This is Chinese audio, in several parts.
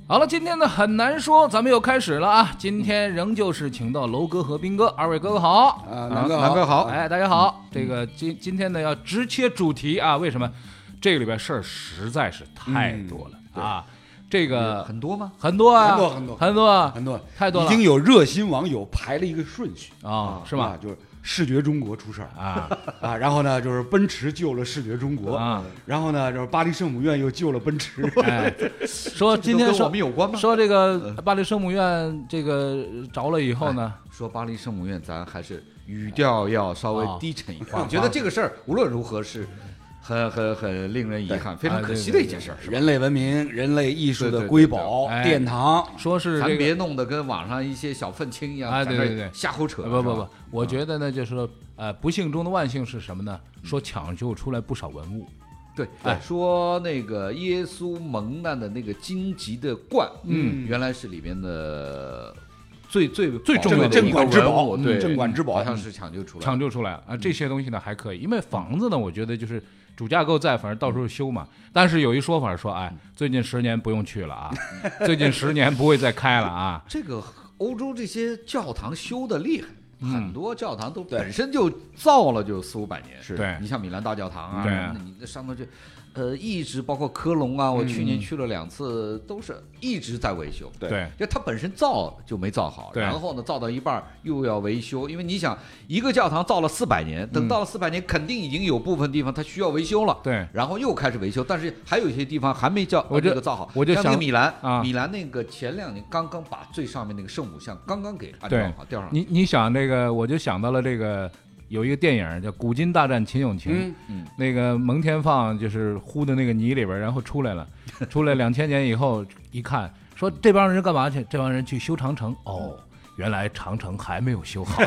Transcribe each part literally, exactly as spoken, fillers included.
好了，今天的很难说，咱们又开始了啊！今天仍旧是请到楼哥和斌哥，二位哥哥好啊，南哥好，南哥好， 哎，大家好。这个今今天呢要直切主题啊，为什么？这个里边事儿实在是太多了、嗯、啊！这个很多吗？ 很多啊， 很多很多很多很多， 太多了。 已经有热心网友排了一个顺序啊、哦，是吗？ 就是视觉中国出事儿啊啊，然后呢就是奔驰救了视觉中国啊， 然后呢就是巴黎圣母院又救了奔驰。 哎，说今天跟我们有关吗？ 说这个巴黎圣母院这个着了以后呢， 哎、说巴黎圣母院，咱还是语调要稍微低沉一点。我觉得这个事儿无论如何是。很很很令人遗憾，非常可惜的一件事儿。 人类文明、人类艺术的瑰宝殿堂， 说是咱别弄得跟网上一些小愤青一样， 哎，对对对， 瞎胡扯。 不不不，我觉得呢，就是说，呃，不幸中的万幸是什么呢？说抢救出来不少文物。 对，哎，说那个耶稣蒙难的那个荆棘的冠，嗯，原来是里面的。最最最重要的镇馆之宝， 对， 镇馆之宝好像是抢救出来， 抢救出来啊！这些东西呢还可以，因为房子呢，我觉得就是主架构在，反正到时候修嘛。但是有一说法说，哎，最近十年不用去了啊，最近十年不会再开了啊。 这个欧洲这些教堂修的厉害。很多教堂都本身就造了就四五百年， 是对。 你像米兰大教堂啊， 对那你那上头就，呃，一直包括科隆啊，我去年去了两次，都是一直在维修。 对， 就它本身造就没造好，然后呢，造到一半又要维修，因为你想，一个教堂造了四百年，等到了四百年，肯定已经有部分地方它需要维修了， 对， 然后又开始维修，但是还有一些地方还没叫我这个造好。 我就想像那个米兰啊， 米兰那个前两年刚刚把最上面那个圣母像刚刚给安装好，吊上。 你你想那个，我就想到了这个。有一个电影叫《古今大战秦俑情》， 嗯嗯， 那个蒙天放就是呼的那个泥里边，然后出来了，出来两千年以后一看，说这帮人干嘛去？这帮人去修长城。哦，原来长城还没有修好，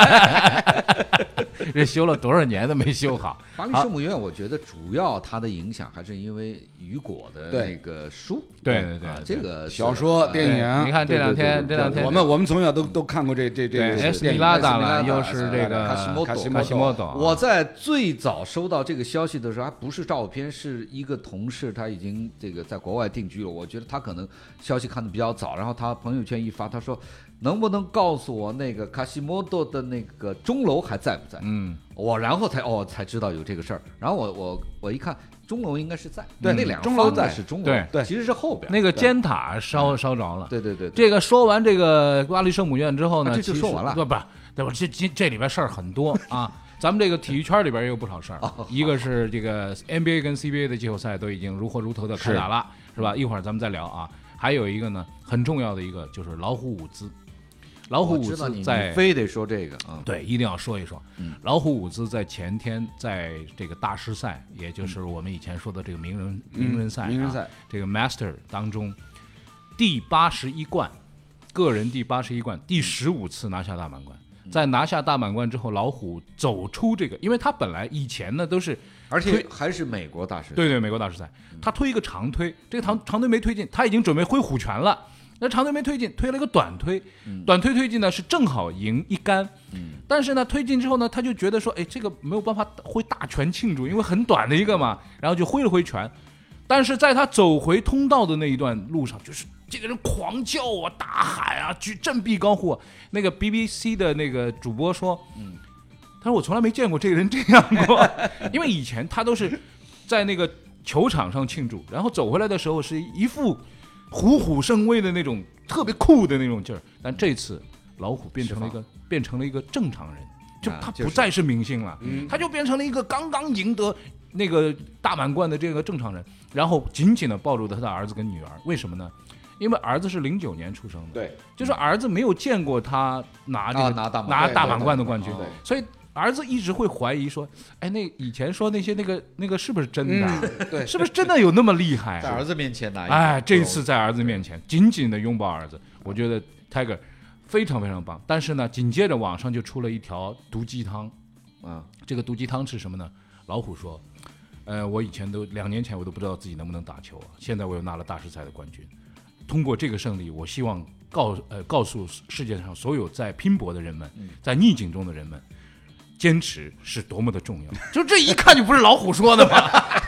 这修了多少年都没修好。 巴黎圣母院，我觉得主要它的影响还是因为雨果的那个书， 对对对， 啊、这个小说、电影。 你看这两天，这两天我们我们从小都都看过这这这个。 埃斯米拉达了，又是这个卡西莫多。卡西莫多。 我在最早收到这个消息的时候，还不是照片，是一个同事，他已经这个在国外定居了。我觉得他可能消息看得比较早，然后他朋友圈一发，他说能不能告诉我那个卡西莫多的那个钟楼还在不在？ 嗯。 我然后才哦才知道有这个事儿，然后我我我一看钟楼应该是在， 对， 那两个钟楼在是钟楼， 对对， 其实是后边那个尖塔烧烧着了， 对对对。 这个说完这个巴黎圣母院之后呢， 这就说完了， 不不，对吧？这这这里边事儿很多啊，咱们这个体育圈里边也有不少事儿，一个是这个 N B A 跟 C B A 的季后赛都已经如火如荼的开打了，是吧？一会儿咱们再聊啊。还有一个呢，很重要的一个就是老虎伍兹。老虎伍兹在你非得说这个啊、 嗯，对，一定要说一说。嗯、老虎伍兹在前天在这个大师赛，也就是我们以前说的这个名人、嗯、名人赛、啊， 名人赛这个 Master 当中第八十一冠，个人第八十一冠，第十五次拿下大满贯。嗯、在拿下大满贯之后，老虎走出这个，因为他本来以前呢都是， 而且还是美国大师赛， 对对，美国大师赛，他推一个长推，这个长长推没推进，他已经准备挥虎拳了。那长推没推进，推了一个短推，短推推进呢是正好赢一杆，嗯、但是呢推进之后呢，他就觉得说，哎，这个没有办法挥大拳庆祝，因为很短的一个嘛，然后就挥了挥拳，但是在他走回通道的那一段路上，就是这个人狂叫啊、大喊啊、举振臂高呼、啊。那个 B B C 的那个主播说，嗯，他说我从来没见过这个人这样过，因为以前他都是在那个球场上庆祝，然后走回来的时候是一副虎虎生威的那种特别酷的那种劲儿，但这次老虎变成了一个变成了一个正常人，就他不再是明星了， 嗯、 他就变成了一个刚刚赢得那个大满贯的这个正常人，然后紧紧的抱住他的儿子跟女儿。为什么呢？因为儿子是零九年出生的， 对， 就是儿子没有见过他拿这个、 啊、拿大拿大满贯的冠军， 对对对对， 所以儿子一直会怀疑说，哎，那以前说那些那个那个是不是真的、啊嗯？对， 是不是真的有那么厉害、啊？ 在儿子面前拿一个， 哎，这一次在儿子面前紧紧的拥抱儿子，我觉得 Tiger 非常非常棒。但是呢，紧接着网上就出了一条毒鸡汤，啊，这个毒鸡汤是什么呢？老虎说，呃，我以前都两年前我都不知道自己能不能打球啊，现在我又拿了大师赛的冠军。通过这个胜利，我希望告呃告诉世界上所有在拼搏的人们，在逆境中的人们。坚持是多么的重要，就这一看就不是老虎说的嘛。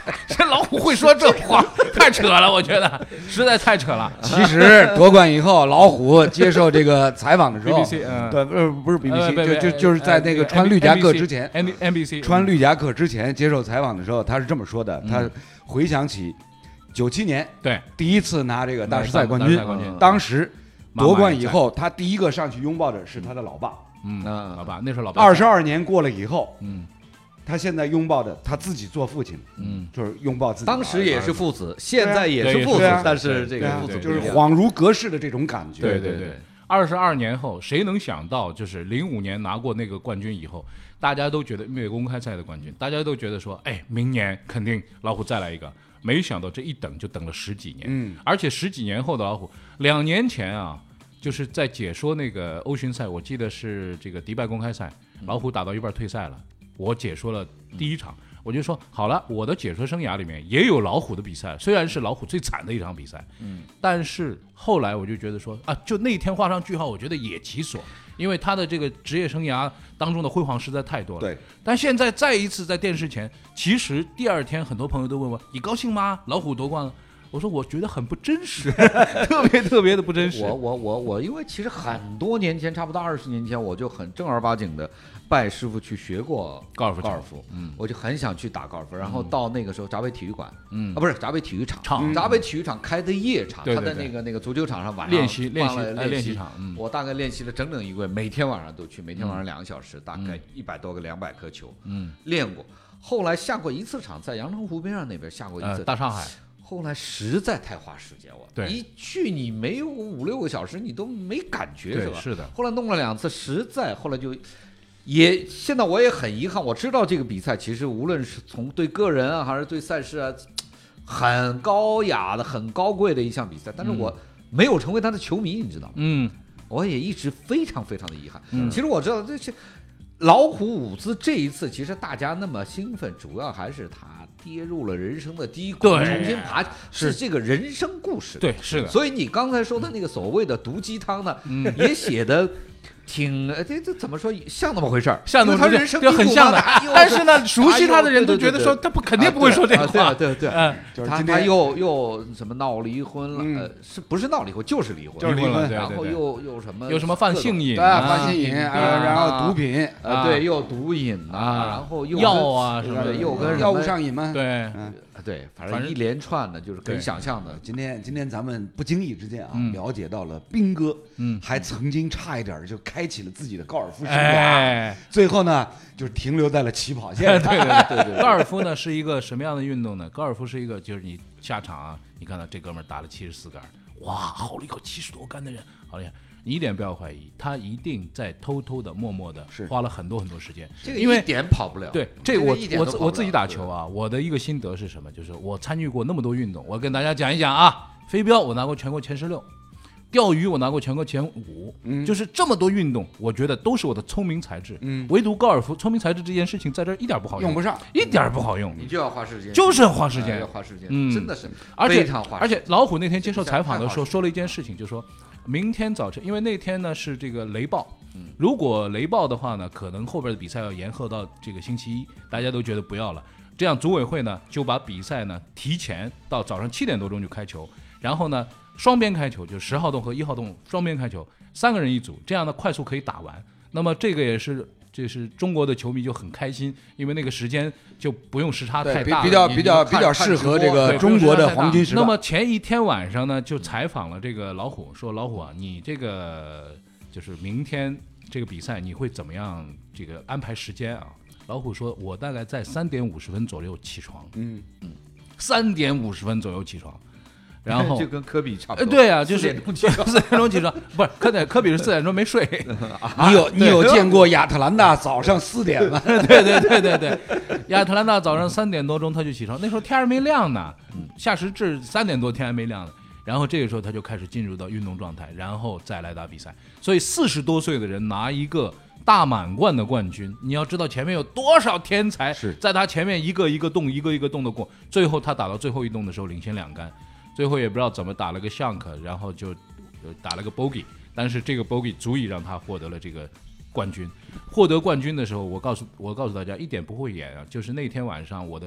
这老虎会说这话，太扯了，我觉得实在太扯了。 其实夺冠以后，老虎接受这个采访的时候 B B C 嗯对，不是不是 B B 呃 C， 不不就就就是在那个呃穿绿夹克之前 N N B C 穿绿夹克之前接受采访的时候，他是这么说的，他回想起九七年对第一次拿这个大师赛冠大师军赛冠军， 当时夺冠以妈妈后，他第一个上去拥抱的是他的老爸。 嗯， 嗯老爸那时候老爸二十二年过了以后， 嗯他现在拥抱的他自己做父亲， 嗯， 就是拥抱自己的儿子。 当时也是父子，现在也是父子对啊， 但是这对啊个父子就是不一样恍如隔世的这种感觉。 对对对。二十二年后，谁能想到，就是零五年拿过那个冠军以后，大家都觉得美国公开赛的冠军，大家都觉得说，哎，明年肯定老虎再来一个。没想到这一等就等了十几年， 嗯， 而且十几年后的老虎，两年前啊，就是在解说那个欧巡赛，我记得是这个迪拜公开赛，老虎打到一半退赛了，我解说了第一场。我就说好了，我的解说生涯里面也有老虎的比赛，虽然是老虎最惨的一场比赛，嗯，但是后来我就觉得说啊，就那天画上句号，我觉得也其所，因为他的这个职业生涯当中的辉煌实在太多了。 对， 但现在再一次在电视前，其实第二天很多朋友都问我，你高兴吗？老虎夺冠了。我说我觉得很不真实，特别特别的不真实。 我我我我，因为其实很多年前，差不多二十年前，我就很正儿八经的拜师傅去学过高尔夫高尔夫， 嗯， 我就很想去打高尔夫。然后到那个时候，闸北体育馆， 嗯啊，不是闸北体育场， 场闸北体育场开的夜场， 对对对他在那个那个足球场上晚上练习练习放了哎练练习场嗯我大概练习了整整一个月，每天晚上都去，每天晚上两个小时，大概一百多个两百颗球， 嗯， 练过。后来下过一次场，在阳澄湖边上那边下过一呃， 次。 大上海。 后来实在太花时间，我对一去你没有五六个小时，你都没感觉，是吧？ 对是的。 后来弄了两次，实在后来就也现在我也很遗憾，我知道这个比赛其实无论是从对个人啊，还是对赛事啊，很高雅的、很高贵的一项比赛，但是我没有成为他的球迷，你知道吗？ 嗯， 我也一直非常非常的遗憾。 嗯其实我知道这些老虎伍兹这一次，其实大家那么兴奋，主要还是他跌入了人生的低谷， 对重新爬，是这个人生故事。 对，是的。 所以你刚才说的那个所谓的毒鸡汤呢，也写的挺呃这这怎么说像那么回事儿， 像那么回事儿因为他人生就很像的哎呦但是呢，熟悉他的人哎呦都觉得说他不肯定不会说这个话。 啊对啊对啊对啊嗯， 他就是今天他又又什么闹离婚了？ 嗯呃，是不是闹离婚？就是离婚， 就是离婚了对然后对对又又什么有什么犯性瘾对， 啊， 犯性瘾啊，然后毒品， 呃，对，又毒瘾呐， 啊然后又药啊什跟么的对又跟什么药物上瘾吗？ 对， 嗯， 对，反反正正一连串的，就是可以对想象的。 今天今天咱们不经意之间啊， 嗯了解到了斌哥， 嗯还曾经差一点就开启了自己的高尔夫生涯， 哎， 最后呢，就停留在了起跑线对上。 对对对，高尔夫呢是一个什么样的运动呢？高尔夫是一个，就是你下场啊，你看到这哥们儿打了七十四杆，哇，好了一口七十多杆的人，好厉害！你一点不要怀疑，他一定在偷偷的、默默的是花了很多很多时间。 这个因为一点跑不了。 对，这这个我一点都跑不了我自我自己打球啊，我的一个心得是什么？就是我参与过那么多运动，我跟大家讲一讲啊。飞镖我拿过全国前十六，钓鱼我拿过全国前五， 嗯就是这么多运动，我觉得都是我的聪明才智。 嗯唯独高尔夫聪明才智这件事情在这儿一点不好用， 用不上， 一点不好用。 你就要花时间， 就是要花时间哎要花时间， 嗯真的是， 而且非常花时间。 而且老虎那天接受采访的时候太好说了一件事情，就说明天早晨，因为那天呢是这个雷暴， 嗯如果雷暴的话呢，可能后边的比赛要延后到这个星期一，大家都觉得不要了。这样组委会呢就把比赛呢提前到早上七点多钟就开球，然后呢双边开球，就十号洞和一号洞双边开球，三个人一组，这样呢快速可以打完。那么这个也是。这是中国的球迷就很开心，因为那个时间就不用时差太大了， 对比比较你比较你看比较适合这个对中国的不用时差太大黄金时段那么前一天晚上呢，就采访了这个老虎，说老虎啊，你这个就是明天这个比赛你会怎么样这个安排时间啊？老虎说，我大概在三点五十分左右起床， 嗯嗯，三点五十分左右起床。然后就跟科比差不呃， 多。 对啊，就是四点钟起床四点钟起床，不是科比科比是四点钟没睡， 你有你有见过亚特兰大早上四点吗？ 对对对对对，亚特兰大早上三点多钟他就起床，那时候天还没亮呢，夏时至三点多天还没亮呢。然后这个时候他就开始进入到运动状态，然后再来打比赛。所以四十多岁的人拿一个大满贯的冠军，你要知道前面有多少天才是在他前面一个一个洞一个一个洞的过，最后他打到最后一洞的时候领先两杆，最后也不知道怎么打了个 shank， 然后就打了个 bogey， 但是这个 bogey 足以让他获得了这个冠军。获得冠军的时候，我告诉我告诉大家一点不会演啊，就是那天晚上我的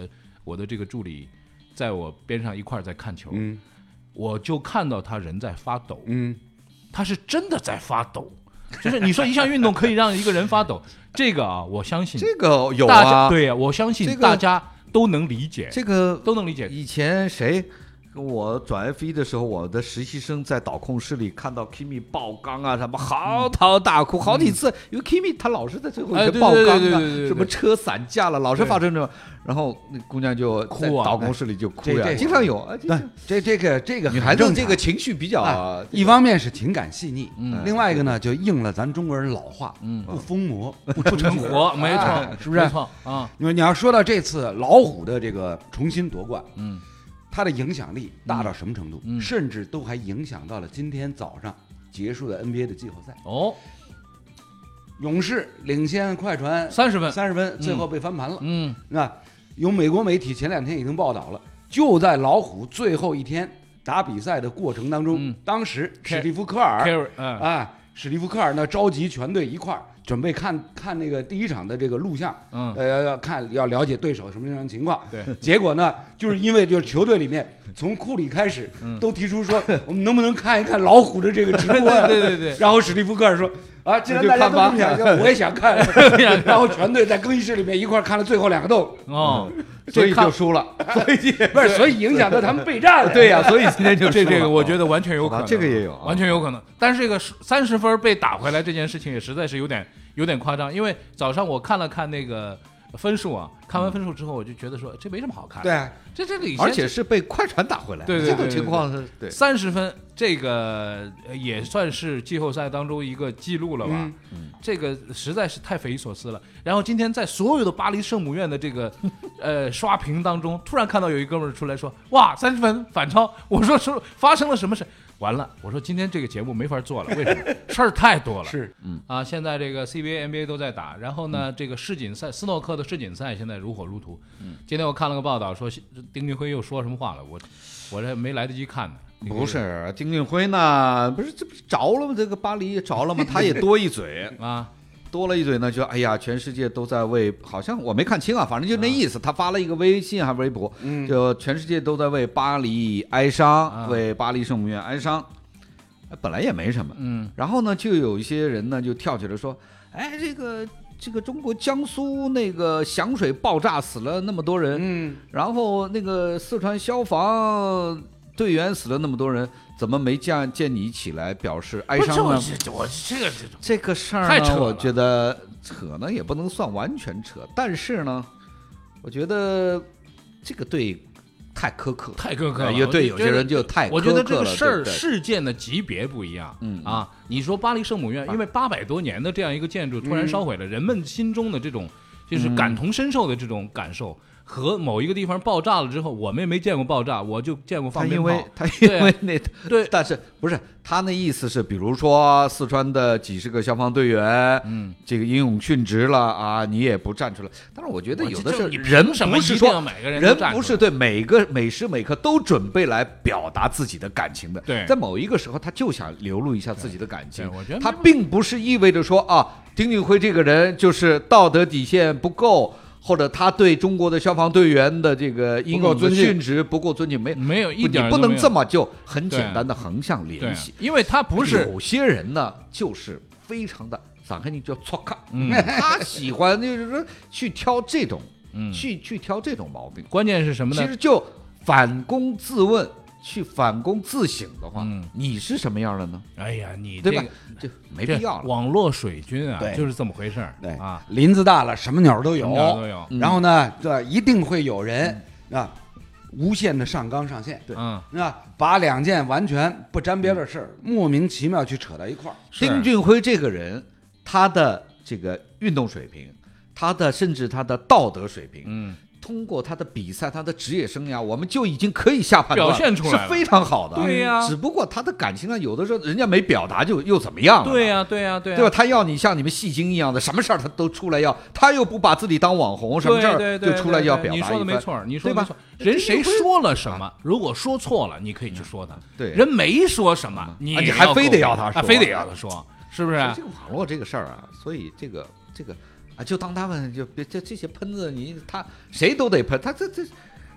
我的这个助理在我边上一块儿在看球， 嗯我就看到他人在发抖， 嗯， 他是真的在发抖。就是你说一项运动可以让一个人发抖，这个啊，我相信这个有大家啊， 对呀、我相信这个大家都能理解， 这个都能理解。 以前谁跟我转 F 一的时候，我的实习生在导控室里看到 Kimi 爆缸啊，什么嚎啕大哭好几次，因为 Kimi 他老是在最后一哎对个爆缸啊对对对对对，对什么车散架了，老是发生这种，然后那姑娘就在哭啊导控室里就哭呀， 这这经常有啊，经对常， 这这个这个女孩子这个很正常情绪比较啊，一方面是情感细腻， 嗯另外一个呢就应了咱中国人老话， 嗯不疯魔不不成活，没错， 哎是不是没错啊， 因为你要说到这次老虎的这个重新夺冠， 嗯它的影响力大到什么程度？ 嗯甚至都还影响到了今天早上结束的 N B A 的季后赛。 哦， 勇士领先快船三十分， 三十分，最后被翻盘了。 嗯那有美国媒体前两天已经报道了，就在老虎最后一天打比赛的过程当中， 嗯当时史蒂夫科尔 ，Carry，嗯啊，史蒂夫科尔呢召集全队一块儿准备看看那个第一场的这个录像， 嗯， 呃，要看要了解对手什么样的情况。 对， 结果呢，就是因为就是球队里面从库里开始嗯都提出说，我们能不能看一看老虎的这个直播呀？ 对对对对然后史蒂夫科尔说。啊，既然大家都这么想，我也想看。然后全队在更衣室里面一块儿看了最后两个洞， 哦， 所以这看就输了，所以不是，所以影响到他们备战了。 对呀，所以今天就这输了这个我觉得完全有可好吧能， 这个也有啊完全有可能。但是这个三十分被打回来这件事情也实在是有点有点夸张，因为早上我看了看那个分数啊，看完分数之后我就觉得说这没什么好看的， 对啊， 这这里而且是被快船打回来， 对对对对对这种情况是对。 三十分，这个呃也算是季后赛当中一个记录了吧？ 嗯这个实在是太匪夷所思了。然后今天在所有的巴黎圣母院的这个呃刷屏当中，突然看到有一哥们儿出来说：“哇，三十分反超！”我说：“说发生了什么事？”完了，我说今天这个节目没法做了，为什么？事儿太多了。 是， 嗯啊，现在这个 C B A、N B A 都在打，然后呢，这个世锦赛，斯诺克的世锦赛现在如火如荼。嗯，今天我看了个报道，说丁俊晖又说什么话了，我我这没来得及看呢。 不是丁俊晖呢，不是这不是着了吗？这个巴黎着了吗？他也多一嘴啊， 多了一嘴呢，就哎呀，全世界都在为，好像我没看清啊，反正就那意思。他发了一个微信还是微博， 嗯就全世界都在为巴黎哀伤， 啊为巴黎圣母院哀伤。本来也没什么， 嗯然后呢，就有一些人呢就跳起来说，哎，这个这个中国江苏那个响水爆炸死了那么多人， 嗯， 然后那个四川消防队员死了那么多人，怎么没见见你起来表示哀伤呢？ 不是我我这个这种这个事儿呢， 太扯了我觉得扯呢也不能算完全扯，但是呢，我觉得这个对太苛刻了， 太苛刻了， 也对有些人就就太苛刻了。 我觉得这个事儿对不对事件的级别不一样， 嗯啊，你说巴黎圣母院，因为八百多年的这样一个建筑突然烧毁了，人们心中的这种就是感同身受的这种感受。和某一个地方爆炸了之后，我们也没见过爆炸，我就见过他放鞭炮。 因为他对啊因为那对但是不是他那意思是，比如说四川的几十个消防队员， 嗯， 这个英勇殉职了啊，你也不站出来。但是我觉得有的是我这你人凭什么不是说一定要每个人都人站出来不是对每个每时每刻都准备来表达自己的感情的， 对在某一个时候他就想流露一下自己的感情对我觉得。 他并不是意味着说啊，丁俊晖这个人就是道德底线不够。或者他对中国的消防队员的这个英勇的殉职不够尊敬，没没有一不你不能点儿都没有这么就很简单的横向对联系，， 因为他不是有些人呢就是非常的上海人叫错卡， 嗯他喜欢就是说去挑这种， 嗯去去挑这种毛病。 关键是什么呢？ 其实就反躬自问，去反躬自省的话， 嗯你是什么样的呢？ 哎呀，你对吧这个？ 就没必要了。 网络水军啊， 对就是这么回事儿。 对啊， 林子大了，什么鸟都有， 什么鸟都有嗯然后呢，这一定会有人啊，无限的上纲上线， 嗯， 啊，把两件完全不沾边的事儿莫名其妙去扯到一块儿。 是丁俊晖这个人，他的这个运动水平，他的甚至他的道德水平， 嗯， 通过他的比赛，他的职业生涯，我们就已经可以下判断了， 表现出来了是非常好的。 对呀只不过他的感情上，有的时候人家没表达就又怎么样了？ 对呀，对呀，对呀， 对吧？他要你像你们戏精一样的，什么事儿他都出来要，他又不把自己当网红，什么事儿对对对就出来要表达对对你一番。 说的没错，你说的对吧没错。人谁说了什么，如果说错了，你可以去说他。 对人没说什么，你也啊你还非得要要他说啊非得要他说，是不是？ 所以这个网络这个事儿啊，所以这个这个啊，就当他们就别这这些喷子，你他谁都得喷，他这这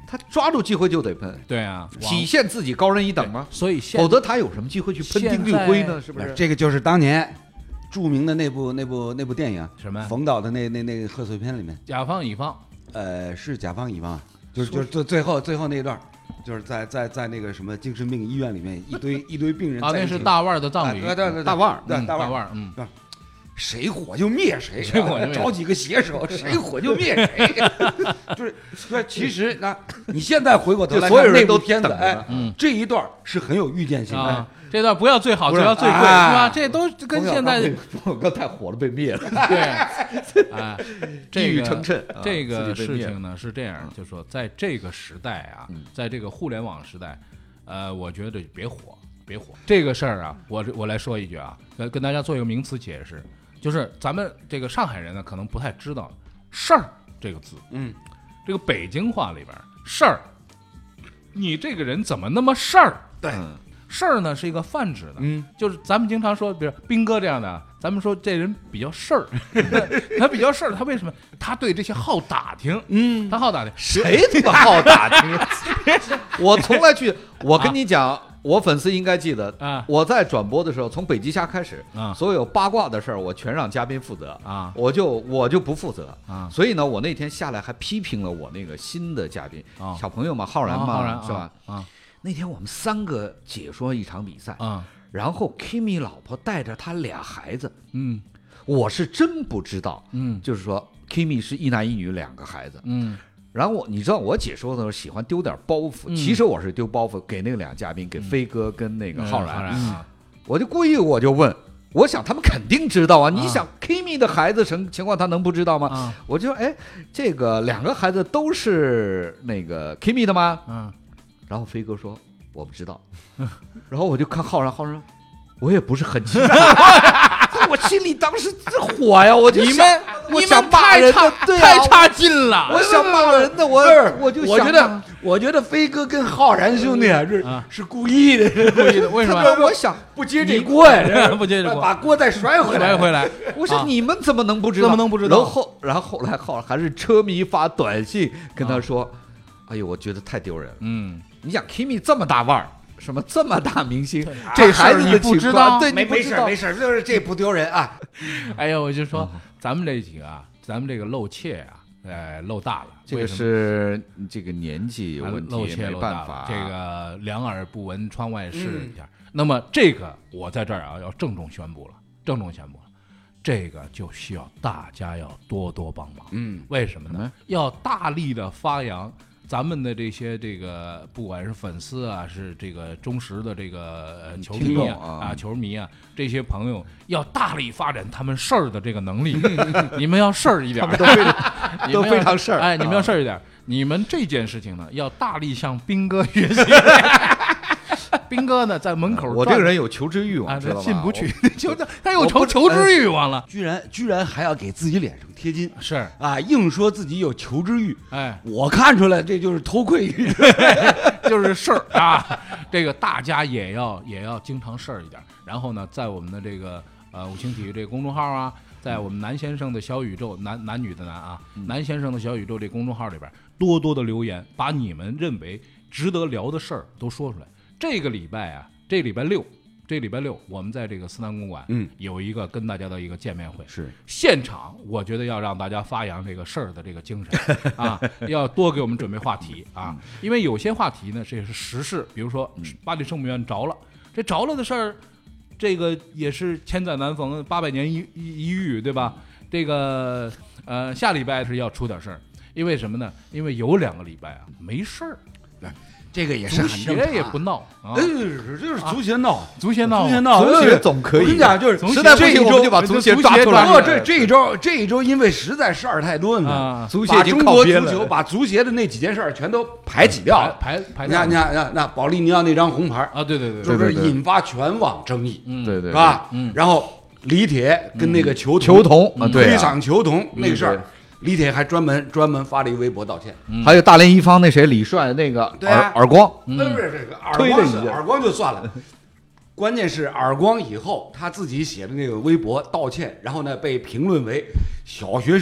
他抓住机会就得喷， 对啊， 体现自己高人一等吗？ 所以现否则他有什么机会去喷丁俊晖呢？是不是？ 这个就是当年著名的那部那部那部电影， 什么冯导的那那那个贺岁片里面， 甲方乙方， 呃，是甲方乙方，就是就是最最后最后那一段，就是在在在那个什么精神病医院里面，一堆一堆病人啊，那是大腕儿的葬礼， 对对对， 大腕儿， 对大腕大腕儿，嗯。 谁火就灭谁， 谁火就灭找几个写手，谁火就灭谁，就是对。其实那你现在回过头来看， 所有人都片子，哎， 嗯， 这一段是很有预见性的。 啊，这段不要最好，只要最贵，是吧？这都跟现在冯小刚太火了，被灭了。 对，哎， 一语成谶。 这个事情呢是这样，就说在这个时代啊，在这个互联网时代，呃，我觉得别火，别火。这个事儿啊，我我来说一句啊，跟跟大家做一个名词解释。就是咱们这个上海人呢，可能不太知道“事儿”这个字。嗯，这个北京话里边“事儿”，你这个人怎么那么事儿？ 对， 事儿呢是一个泛指的。嗯，就是咱们经常说，比如斌哥这样的，咱们说这人比较事儿，他比较事儿，他为什么？他对这些好打听。嗯，他好打听， 谁他妈好打听？我从来去，我跟你讲。啊，我粉丝应该记得啊！我在转播的时候，从北极虾开始啊，所有八卦的事儿我全让嘉宾负责啊，我就我就不负责啊。所以呢，我那天下来还批评了我那个新的嘉宾，啊、小朋友嘛，浩然嘛， 浩然是吧？啊，那天我们三个解说一场比赛啊， 然后 Kimi 老婆带着他俩孩子， 嗯， 我是真不知道， 嗯， 就是说 Kimi 是一男一女两个孩子， 嗯。 然后我你知道我解说的时候喜欢丢点包袱， 嗯、 其实我是丢包袱给那两个嘉宾，给飞哥跟那个浩然， 嗯嗯、 我就故意我就问，我想他们肯定知道啊，啊你想 Kimi 的孩子什情况他能不知道吗？ 啊、 我就说哎，这个两个孩子都是那个 Kimi 的吗？ 嗯， 然后飞哥说我不知道，然后我就看浩然，浩然说我也不是很清楚。我心里当时这火呀，我就你们我想骂人的，对啊， 太差劲了。 我想骂人的，我我就我觉得，我觉得飞哥跟浩然兄弟啊，这是故意的， 故意的。为什么？ 我想不接这锅呀， 不接这锅， 把锅再摔回来， 摔回来。 我说你们怎么能不知道？ 怎么能不知道？ 然后，然后后来浩然还是车迷发短信跟他说：“哎呦，我觉得太丢人了。” 嗯， 你想 Kimi 这么大腕儿。什么这么大明星，这孩子你不知道？ 对， 没没事没事，就是这不丢人啊。 哎呀，我就说咱们这几个啊，咱们这个露怯啊，呃，露大了。 这个是这个年纪有问题， 露怯没办法。 这个两耳不闻窗外事一下。那么这个我在这儿啊，要郑重宣布了，郑重宣布了，这个就需要大家要多多帮忙。 嗯， 为什么呢？要大力的发扬。咱们的这些这个不管是粉丝啊，是这个忠实的这个球迷啊啊球迷啊，这些朋友要大力发展他们事儿的这个能力，你们要事儿一点， 都非常都非常事儿， 哎，你们要事儿一点，你们这件事情呢，要大力向斌哥学习。斌哥呢，在门口， 我这个人有求知欲望， 啊， 知道吗？ 进不去，求他有求求知欲望了， 居然居然还要给自己脸上贴金， 是啊，硬说自己有求知欲， 哎， 我看出来这就是偷窥欲， 就是事儿啊。这个大家也要也要经常事儿一点。然后呢，在我们的这个呃五星体育这个公众号啊，在我们南先生的小宇宙，男男女的男啊，南先生的小宇宙这公众号里边，多多的留言，把你们认为值得聊的事儿都说出来。这个礼拜啊，这礼拜六，这礼拜六我们在这个思南公馆， 嗯， 有一个跟大家的一个见面会， 是现场，我觉得要让大家发扬这个事儿的这个精神啊，要多给我们准备话题啊，因为有些话题呢，这也是时事，比如说巴黎圣母院着了，这着了的事儿，这个也是千载难逢，八百年一一一遇，对吧？这个呃，下礼拜是要出点事儿，因为什么呢？因为有两个礼拜啊没事儿。 这个也是很正常， 足协也不闹，啊、 哎，就是足协闹， 足协闹， 足协闹， 足协总可以。 我跟你讲，就是实在不行，我们就把足协抓出来。 不过这这一周，这一周因为实在事儿太多了， 啊、 足协已经靠边了，足球把足协的那几件事儿全都排挤掉了， 排排。 你看，你看，那那保利尼奥那张红牌啊，对对对， 就是引发全网争议， 嗯， 对对， 是吧？ 嗯， 然后李铁跟那个球球童啊，推搡球童那个事儿。李铁还专门专门发了一个微博道歉， 嗯、 还有大连一方那谁李帅那个耳、 啊、 耳光， 不是不是这个耳光是耳光就算了，关键是耳光以后他自己写的那个微博道歉，然后呢被评论为小学生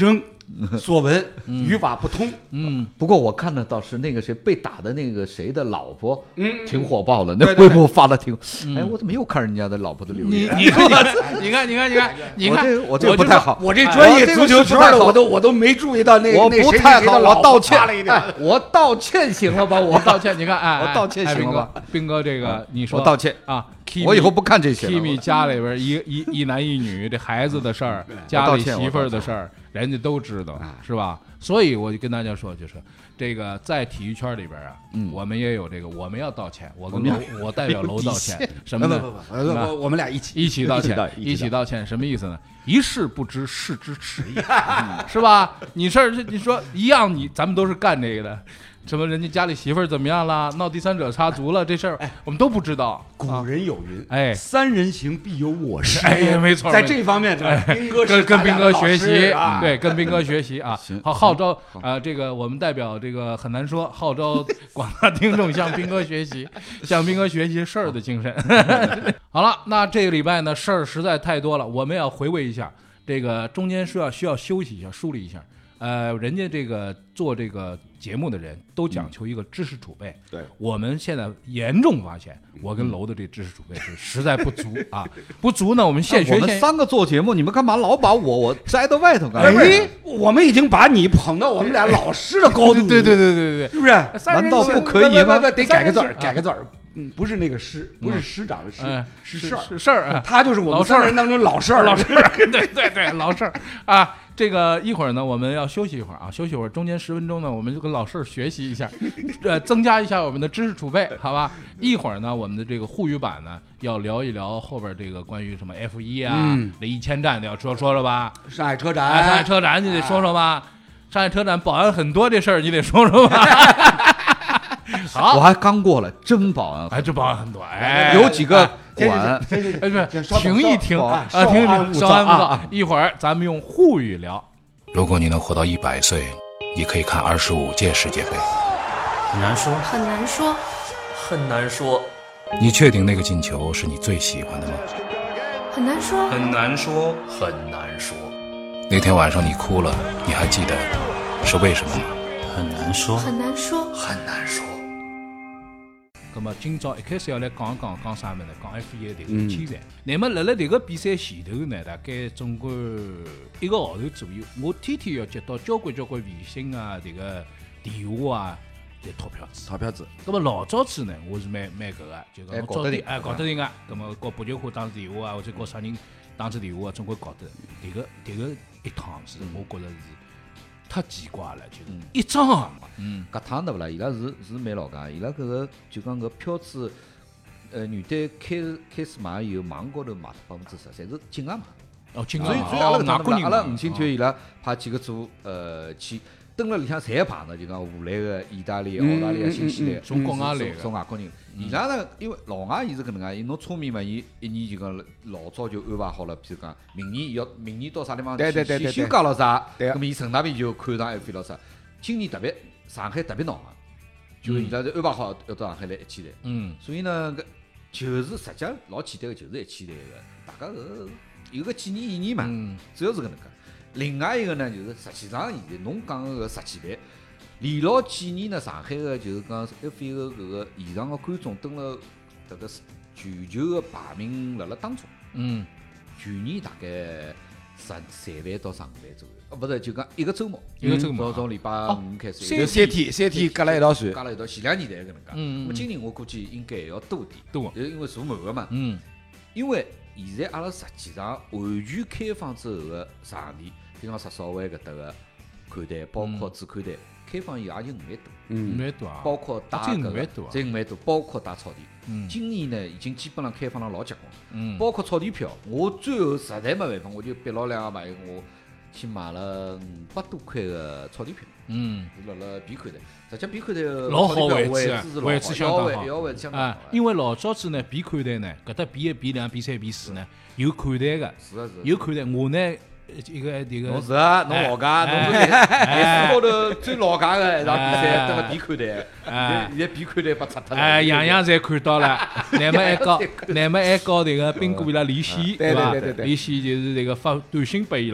所闻，语法不通。 嗯， 不过我看的倒是那个谁被打的那个谁的老婆， 嗯， 挺火爆的，那对对微博发的挺，哎，我怎么又看人家的老婆的留言？ 你你看你看你看你看你看， 我这我这个不太好， 我这专业足球圈的我都我都没注意到那我那谁不太好， 谁的老婆我道歉发了一条哎我道歉行了吧？我我道歉，你看哎， 我道歉哎行了吧？ 斌哥，斌哥这个你说我道歉啊， 我以后不看这些了。 Kimi 家里边一一一男一女，这孩子的事儿，家里媳妇儿的事儿，人家都知道，是吧？所以我就跟大家说，就是这个在体育圈里边啊， 嗯我们也有这个，我们要道歉，我跟楼，我代表楼道歉，什么呢？ 不不不，我我们俩一起一起道歉，一起道歉，什么意思呢？一事不知，是之迟也，是吧？你事儿，你说一样，你咱们都是干这个的。什么人家家里媳妇儿怎么样了，闹第三者插足了，这事儿我们都不知道。 古人有云， 哎， 三人行必有我师。 哎，没错， 在这方面，斌哥跟跟斌哥学习， 啊， 对，跟斌哥学习啊。 行好，号召啊，这个我们代表这个很难说，号召广大听众向斌哥学习，向斌哥学习事儿的精神。好了，那这个礼拜呢，事儿实在太多了，我们要回味一下，这个中间需要需要休息一下，梳理一下。呃，人家这个做这个节目的人都讲求一个知识储备， 嗯对， 我们现在严重发现，我跟楼的这知识储备是实在不足啊，不足呢，我们现学现。 我们三个做节目，你们干嘛老把我我摘到外头干嘛？ 哎，我们已经把你捧到我们俩老师的高度， 对对对对对对， 是不是？ 难道不可以吗？ 得改个字儿，改个字儿。嗯，不是那个师，不是师长的师，是事儿， 是事儿。 他就是我们三人当中老事儿， 老事儿。对对对，老事儿啊。这个一会儿呢，我们要休息一会儿啊，休息一会儿，中间十分钟呢，我们就跟老师学习一下，呃，增加一下我们的知识储备，好吧？一会儿呢，我们的这个沪语版呢，要聊一聊后边这个关于什么 F 一啊， 嗯、 这一千站的要说说说吧。 上海车展， 哎、上海车展你得说说吧。上海车展保安很多这事儿你得说说吧。好， 我还刚过了，真保安， 哎，这保安很多，哎， 有几个管， 哎，不是，停一停啊，停一停，稍安勿躁，一会儿咱们用沪语聊。 如果你能活到一百岁，你可以看二十五届世界杯。 很难说， 很难说， 很难说。 你确定那个进球是你最喜欢的吗？ 很难说， 很难说，很难说。 那天晚上你哭了，你还记得是为什么吗？ 很难说， 很难说， 很难说。 那么今朝一开始要来讲一讲讲啥么呢？讲 F 一的这个比赛。那么辣辣这个比赛前头呢，大概总归一个号头左右，我天天要接到交关交关微信啊，这个电话啊，这套票子。 套票子。 那么老早子呢，我是蛮蛮搿个，就讲搞得定， 哎，搞得定个。那么搞北京话打次电话啊，或者搞啥人打次电话啊，总归搞得。这个这个一趟是，我觉着是太奇怪了，就是一张也没。 嗯，搿趟对勿啦？伊拉是是蛮老家，伊拉搿个就讲搿票子，呃，元旦开开始买以后，网高头卖百分之十，侪是境外买。 哦，境所以所以阿拉搿趟阿拉五星团伊拉派几个组呃去蹲辣里向侪排呢，就讲荷兰个、意大利、澳大利亚、新西兰， 从国外来个，从外国人。伊拉呢，因为老外伊是搿能介，伊侬聪明嘛，伊一年就讲老早就安排好了，譬如讲明年要明年到啥地方去去休假咯啥， 对， 咁么伊顺大便就看上 F 一咯啥。今年特别上海特别闹个，就伊拉就安排好要到上海来一起来。 嗯， 所以呢，搿就是实际老简单个，就是一起来个，大家搿有个纪念意义嘛，主要是搿能介。另外一个呢，就是实际上现在侬讲个搿十几万，连牢几年呢，上海个就是讲 F 一个搿个现场个观众登了迭个全球个排名辣辣当中。 嗯， 去年大概十三万到十五万左右，哦，勿是就讲一个周末， 一个周末从礼拜五开始， 三三天三天隔了一道船， 隔了一道前两年侪搿能介。 嗯， 咁今年我估计应该要多点， 多， 因为坐满个嘛。 嗯， 因为现在阿拉实际上完全开放之后个场地，比如讲十少湾搿搭个看台，包括主看台，开放以后也就五万多， 五万多啊， 包括打搿个，才五万多，包括打草地。 嗯， 今年呢已经基本上开放了老结棍， 嗯， 包括草地票，我最后实在没办法，我就逼牢两个朋友，我去买了五百多块个草地票， 嗯， 是辣辣 B 看台，实际 B 看台老好位置，位置相当好， 要位置相当好， 因为老早子呢 B 看台呢，搿搭 B 一、B 两、B 三、B 四呢有看台个， 是是， 有看台，我呢。一个这个， 侬是啊，侬老家，侬是历史高头最老家个一场比赛，登了 B 看台，现在 B 看台被拆脱了。 哎，样样侪看到了，乃末还搞，乃末还搞这个宾果伊拉连线， 对对对对， 连线就是这个发短信拨伊拉。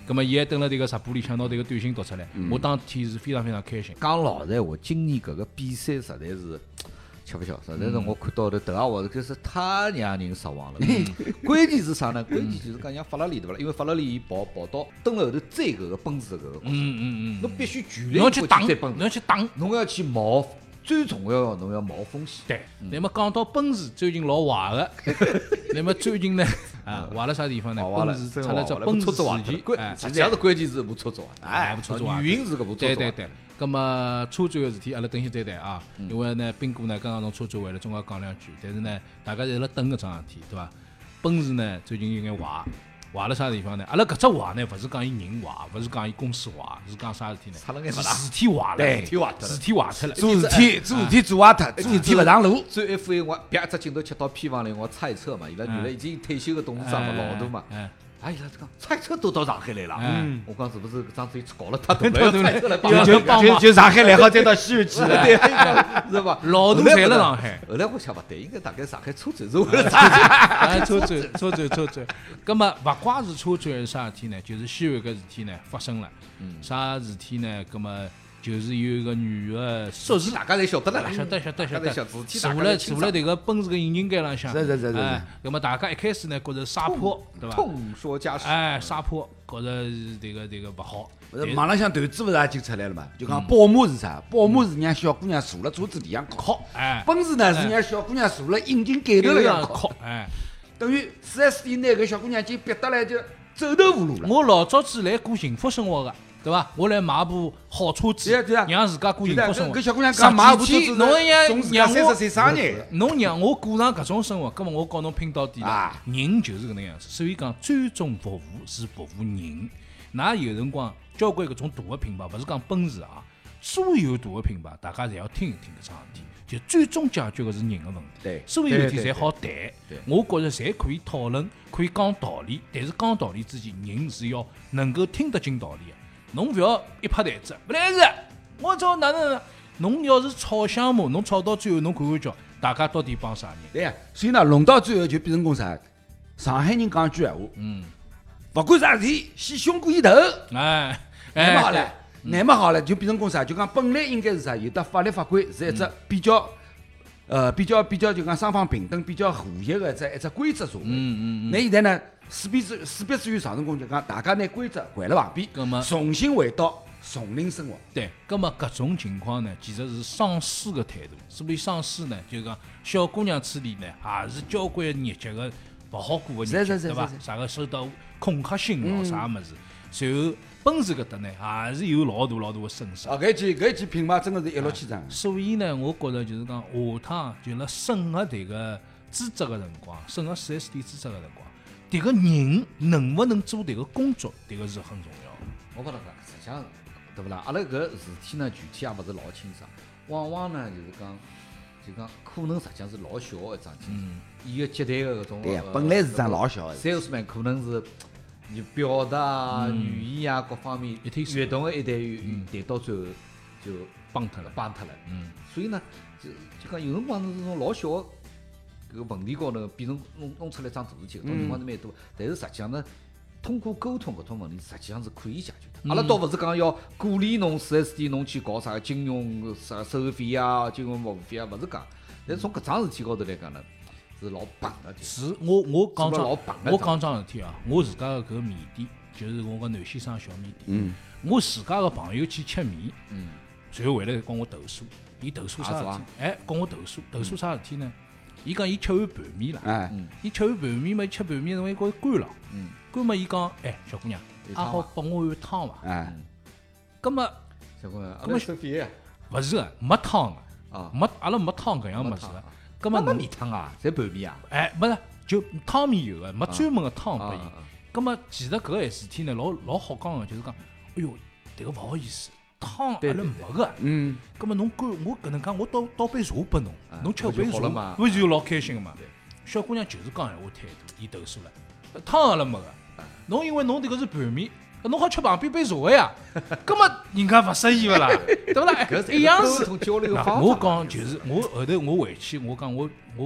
葛么伊还蹲辣迭个直播里向拿迭个短信读出来，我当天是非常非常开心。 讲老实话，今年搿个比赛实在是吃勿消，实在是我看到的头啊，我就是太让人失望了。关键是啥呢？关键就是讲像法拉利对伐啦？因为法拉利伊跑跑到蹲辣后头追搿个奔驰搿个， 嗯嗯嗯， 侬必须全力侬要去打， 追奔驰， 侬要去打， 侬要去冒，最重要侬要冒风险。 对，那么讲到奔驰最近老坏个，那么最近呢，啊，坏了啥地方呢？奔驰出了只奔驰事件， 关实际上是关键是部车子坏， 哎，部车子坏， 原因是搿部车子坏。 对对对。咁么车展个事体，阿拉等歇再谈啊。因为呢，斌哥呢刚刚从车展回来，总归讲两句。但是呢，大家在辣等搿桩事体，对伐？奔驰呢最近有眼坏，坏了啥地方呢？阿拉搿只坏呢，勿是讲伊人坏，勿是讲伊公司坏，是讲啥事体呢？ 差了眼勿大， 事体坏了， 对，事体坏脱了， 事体坏脱了。 做事体做事体做坏脱，做事体勿上路。 最 F 一我啪只镜头切到偏房里，我猜测嘛，伊拉原来已经退休个董事长嘛，老大嘛。哎，伊拉讲猜测都到上海来了，嗯，我讲是不是搿张嘴搞了太大了？猜测来帮就就就上海来好，再到西安去了， 对，是吧？ 老大侪辣上海。 后来我想勿对，应该大概上海车展是为了哎，车展，车展，车展。葛么勿怪是车展是啥事体呢？就是西安搿事体呢发生了，啥事体呢？葛么就是有一个女的涉事， 大家侪晓得了啦， 晓得晓得晓得， 坐了坐了迭个奔驰个引擎盖浪向， 是是是是。 哎，葛么大家一开始呢觉着刹坡，对伐？ 痛说家实。 哎，刹坡觉着迭个迭个勿好。 网浪向段子勿是也就出来了嘛？就讲宝马是啥？宝马是让小姑娘坐辣车子底下靠， 哎， 奔驰呢是让小姑娘坐辣引擎盖头上靠， 哎， 等于 四 S 店拿搿小姑娘就逼得来就走投无路了。 我老早子来过幸福生活个。对伐？我来买部好车子，让自家过幸福生活。 搿小姑娘讲买部车子， 侬让三十岁生日， 侬让我过上搿种生活，葛末我告侬拼到底了。人就是搿能样子，所以讲最终服务是服务人。㑚有辰光交关搿种大个品牌，勿是讲奔驰啊，所有大个品牌，大家侪要听一听搿桩事体。就最终解决个是人个问题。 对， 所有事体侪好谈。我觉着侪可以讨论，可以讲道理，但是讲道理之前，人是要能够听得进道理个。侬勿要一拍台子，不来事，我找哪能哪？侬要是吵项目，侬吵到最后，侬看看叫大家到底帮啥人？ 对呀，所以呢，弄到最后就变成讲啥？上海人讲一句闲话，嗯，勿管啥事体，先凶过伊头。 哎， 那么好了，那么好了，就变成讲啥？就讲本来应该是啥？有的法律法规是一只比较，呃，比较比较就讲双方平等、比较和谐的一只一只规则社会。嗯嗯嗯。那现在呢？势必之势必之于上层工就讲，大家拿规则还了旁边，重新回到丛林生活。 对，葛么搿种情况呢，其实是丧尸的态度。所以丧尸呢，就讲小姑娘处理呢，也是交关日脚个勿好过个日脚，对伐？啥个受到恐吓信号啥物事，随后奔驰搿搭呢，也是有老大老大个损失。 啊，搿几搿几品牌真的是一落千丈。 所以呢，我觉着就是讲下趟就辣审核迭个资质个辰光，审核四 S 店资质个辰光。迭个人能不能做迭个工作，迭个是很重要的。 我觉着讲，实际上对不啦？阿拉搿事体呢，具体也勿是老清爽。往往呢，就是讲，就讲可能实际上是老小个一桩情况。伊个接待个搿种， 对呀，本来是桩老小个。 salesman 可能是你表达啊、语言啊各方面越动个一谈语，谈到最后就帮脱了， 帮脱了。嗯，所以呢，就就讲有辰光是这种老小个。搿个问题高头变成弄弄出来桩大事体，搿种情况是蛮多。但是实际上呢，通过沟通搿种问题，实际上是可以解决的。阿拉倒勿是讲要鼓励侬四 S 店侬去搞啥金融啥收费啊、金融服务费啊，勿是讲。但是从搿桩事体高头来讲呢，是老笨的。 是我我讲桩老笨我讲桩事体啊，我自家个搿个面店，就是我个南先生小面店。嗯。我自家个朋友去吃面，嗯，随后回来跟我投诉，伊投诉啥事体？哎，跟我投诉，投诉啥事体呢？伊讲伊吃碗拌面啦，哎，伊吃碗拌面嘛，伊吃拌面辰光伊觉着干了，嗯，干嘛伊讲，哎，小姑娘，阿好拨我碗汤伐？哎，葛么， 小姑娘，阿拉收费呀？ 勿是个，没汤个，啊，没阿拉没汤搿样物事个，葛么没面汤啊，侪拌面啊？ 哎，没是，就汤面有个，没专门个汤拨伊。葛么其实搿个事体呢，老老好讲个，就是讲，哎哟，迭个勿好意思。汤阿拉没个，嗯，葛么侬干我搿能介，我倒倒杯茶拨侬，侬吃杯茶，勿就老开心个嘛？小姑娘就是讲闲话态度，伊投诉了，汤阿拉没个，侬因为侬迭个是拌面，侬好吃旁边杯茶个呀，葛么人家勿适意勿啦？对勿啦？一样是。我讲就是我后头我回去，我讲我我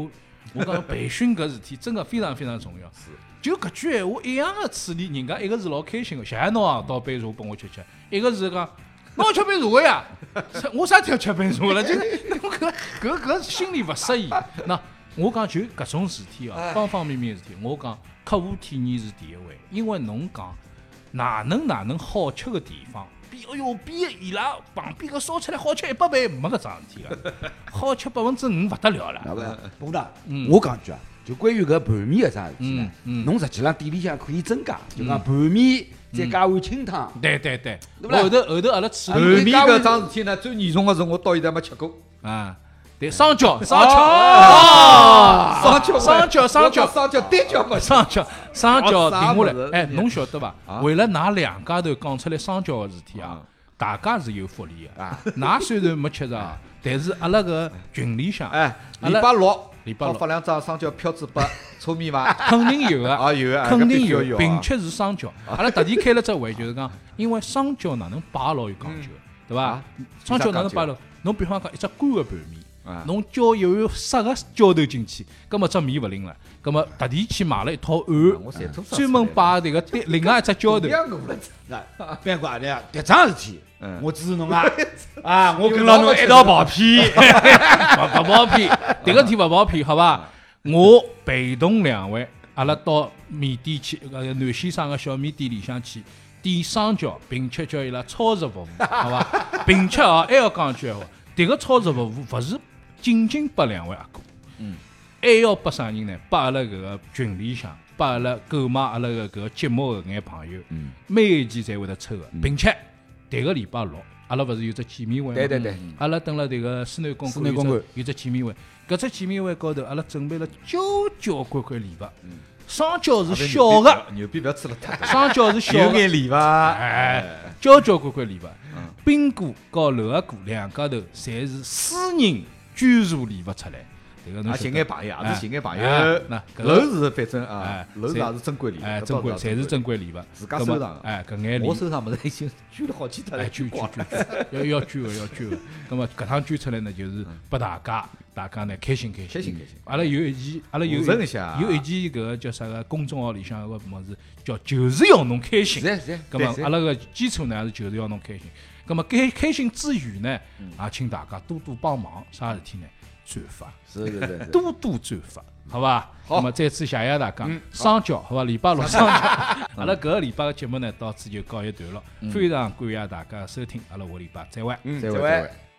我讲培训搿事体真个非常非常重要。是，就搿句闲话一样个处理，人家一个是老开心个，谢谢侬啊，倒杯茶拨我吃吃；一个是讲，侬要吃杯茶个呀，我啥天要吃杯茶了？就是侬搿搿搿心里勿适意。那我讲就搿种事体哦，方方面面事体，我讲客户体验是第一位，因为侬讲哪能哪能好吃个地方。比哎哟，比伊拉旁边个烧出来好吃一百倍，没搿桩事体个，好吃百分之五勿得了了。 那么，董事长，我讲句啊，就关于搿拌面搿桩事体呢，侬实际上店里向可以增加，就讲拌面再加碗清汤。 对对对， 对不啦？ 后头后头阿拉处拌理面搿桩事体呢，最严重个是我到现在没吃过。 啊，对，双椒，双椒， 啊，双椒， 双椒，双椒， 双椒，单椒没双椒，双椒停下来。哎， 侬侬晓得伐？为了㑚两家头讲出来双椒个事体啊，大家是有福利个。㑚虽然没吃着，但是阿拉搿群里向， 哎，礼拜六， 礼拜六发两张双椒票子拨车迷伐？ 肯定有个， 啊有个， 肯定有， 有， 并且是双椒。阿拉特地开了只会，就是讲，因为双椒哪能摆老有讲究，对伐？双椒哪能摆咯？侬比方讲一只干个拌面，侬浇一碗湿个浇头进去，葛末只面勿灵了，葛末特地去买了一套碗，专门摆迭个另外一只浇头。 那边管的迭桩事体，我支持侬啊！啊，我跟牢侬一道跑偏， 勿勿跑偏，迭个题勿跑偏，好伐？我陪同两位，阿拉到面店去，呃，南先生个小面店里向去点双椒，并且叫伊拉超值服务，好伐？并且哦，还要讲一句闲话，迭个超值服务勿是仅仅拨两位阿哥，嗯，还要拨啥人呢？拨阿拉搿个群里向，拨阿拉购买阿拉个搿个节目个眼朋友，嗯，每一期侪会得抽个，并且迭个礼拜六，阿拉勿是有只见面会吗？ 对对对， 阿拉等了迭个思南公思南公馆有只见面会。搿只见面会高头，阿拉准备了交交关关礼物。双椒是小个， 牛逼不要吃了太多。 双椒是小个， 有眼礼物， 哎，交交关关礼物。冰哥和楼阿哥两家头侪是私人捐助礼物出来。迭个侬寻眼朋友，也是寻眼朋友。 那楼是反正啊，楼是也是珍贵礼物， 哎，珍贵，侪是珍贵礼物。 自家收藏， 哎，搿眼礼物， 我手上物事已经捐了好几脱了， 哎，捐捐捐，要要捐个要捐个。葛末搿趟捐出来呢，就是拨大家，大家呢开心开心， 开心开心。 阿拉有一期，阿拉有一下， 有一期搿个叫啥个公众号里向个物事叫就是要侬开心。 是是。 葛末阿拉个基础呢是就是要侬开心。葛末开开心之余呢，也请大家多多帮忙，啥事体呢？转发， 是是是， 多多转发，好吧？ 好， 那么再次谢谢大家，双脚，好吧？礼拜六双脚，阿拉搿个礼拜个节目呢，到此就告一段落。非常感谢大家收听，阿拉下礼拜再会， 再会。